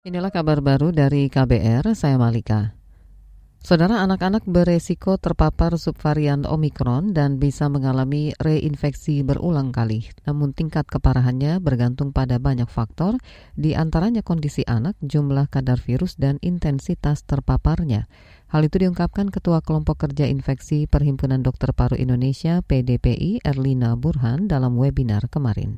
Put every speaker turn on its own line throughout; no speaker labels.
Inilah kabar baru dari KBR, saya Malika. Saudara, anak-anak beresiko terpapar subvarian Omikron dan bisa mengalami reinfeksi berulang kali. Namun tingkat keparahannya bergantung pada banyak faktor, di antaranya kondisi anak, jumlah kadar virus, dan intensitas terpaparnya. Hal itu diungkapkan Ketua Kelompok Kerja Infeksi Perhimpunan Dokter Paru Indonesia (PDPI) Erlina Burhan dalam webinar kemarin.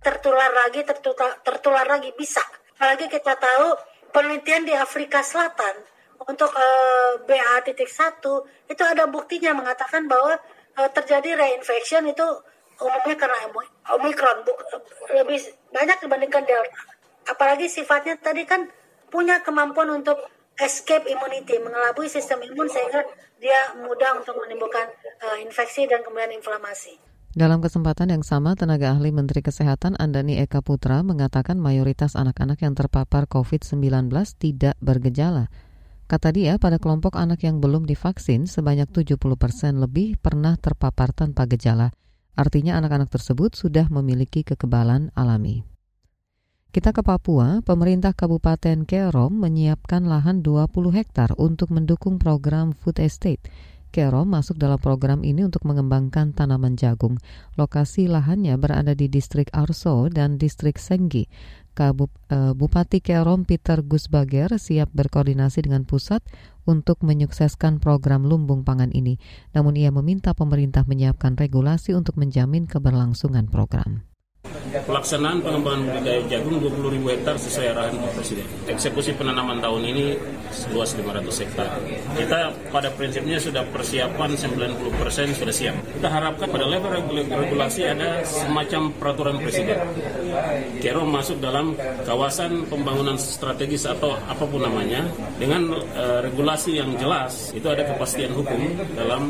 Tertular lagi bisa. Apalagi kita tahu penelitian di Afrika Selatan untuk BA.1 itu ada buktinya mengatakan bahwa terjadi reinfection itu umumnya karena Omicron lebih banyak dibandingkan Delta. Apalagi sifatnya tadi kan punya kemampuan untuk escape immunity, mengelabui sistem imun sehingga dia mudah untuk menimbulkan infeksi dan kemudian inflamasi.
Dalam kesempatan yang sama, tenaga ahli Menteri Kesehatan Andani Eka Putra mengatakan mayoritas anak-anak yang terpapar COVID-19 tidak bergejala. Kata dia, pada kelompok anak yang belum divaksin, sebanyak 70% lebih pernah terpapar tanpa gejala. Artinya anak-anak tersebut sudah memiliki kekebalan alami. Kita ke Papua, pemerintah Kabupaten Kerom menyiapkan lahan 20 hektar untuk mendukung program food estate. Kerom masuk dalam program ini untuk mengembangkan tanaman jagung. Lokasi lahannya berada di distrik Arso dan distrik Senggi. Bupati Kerom Peter Gusbager siap berkoordinasi dengan pusat untuk menyukseskan program lumbung pangan ini. Namun ia meminta pemerintah menyiapkan regulasi untuk menjamin keberlangsungan program.
Pelaksanaan pengembangan budidaya jagung 20.000 hektar sesuai arahan Pak Presiden. Eksekusi penanaman tahun ini seluas 500 hektar. Kita pada prinsipnya sudah persiapan 90% sudah siap. Kita harapkan pada level regulasi ada semacam peraturan Presiden. Kerom masuk dalam kawasan pembangunan strategis atau apapun namanya dengan regulasi yang jelas. Itu ada kepastian hukum dalam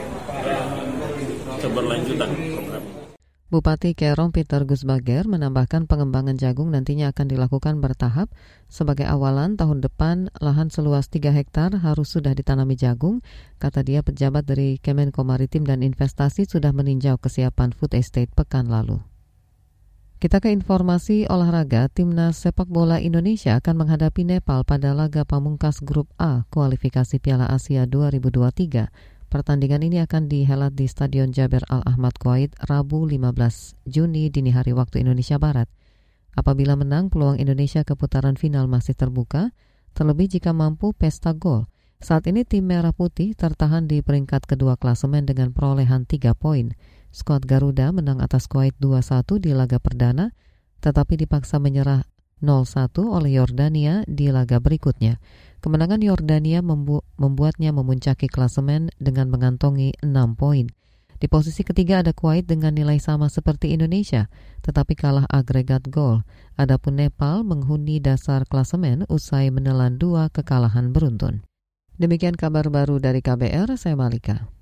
keberlanjutan program.
Bupati Kerom Peter Gusbager menambahkan pengembangan jagung nantinya akan dilakukan bertahap. Sebagai awalan, tahun depan lahan seluas 3 hektar harus sudah ditanami jagung. Kata dia, pejabat dari Kemenko Maritim dan Investasi sudah meninjau kesiapan food estate pekan lalu. Kita ke informasi olahraga. Timnas sepak bola Indonesia akan menghadapi Nepal pada laga pamungkas Grup A kualifikasi Piala Asia 2023. Pertandingan ini akan dihelat di Stadion Jaber Al-Ahmad Kuwait Rabu 15 Juni dini hari waktu Indonesia Barat. Apabila menang, peluang Indonesia ke putaran final masih terbuka, terlebih jika mampu pesta gol. Saat ini tim Merah Putih tertahan di peringkat kedua klasemen dengan perolehan 3 poin. Skuad Garuda menang atas Kuwait 2-1 di laga perdana, tetapi dipaksa menyerah 0-1 oleh Yordania di laga berikutnya. Kemenangan Yordania membuatnya memuncaki klasemen dengan mengantongi 6 poin. Di posisi ketiga ada Kuwait dengan nilai sama seperti Indonesia, tetapi kalah agregat gol. Adapun Nepal menghuni dasar klasemen usai menelan 2 kekalahan beruntun. Demikian kabar baru dari KBR, saya Malika.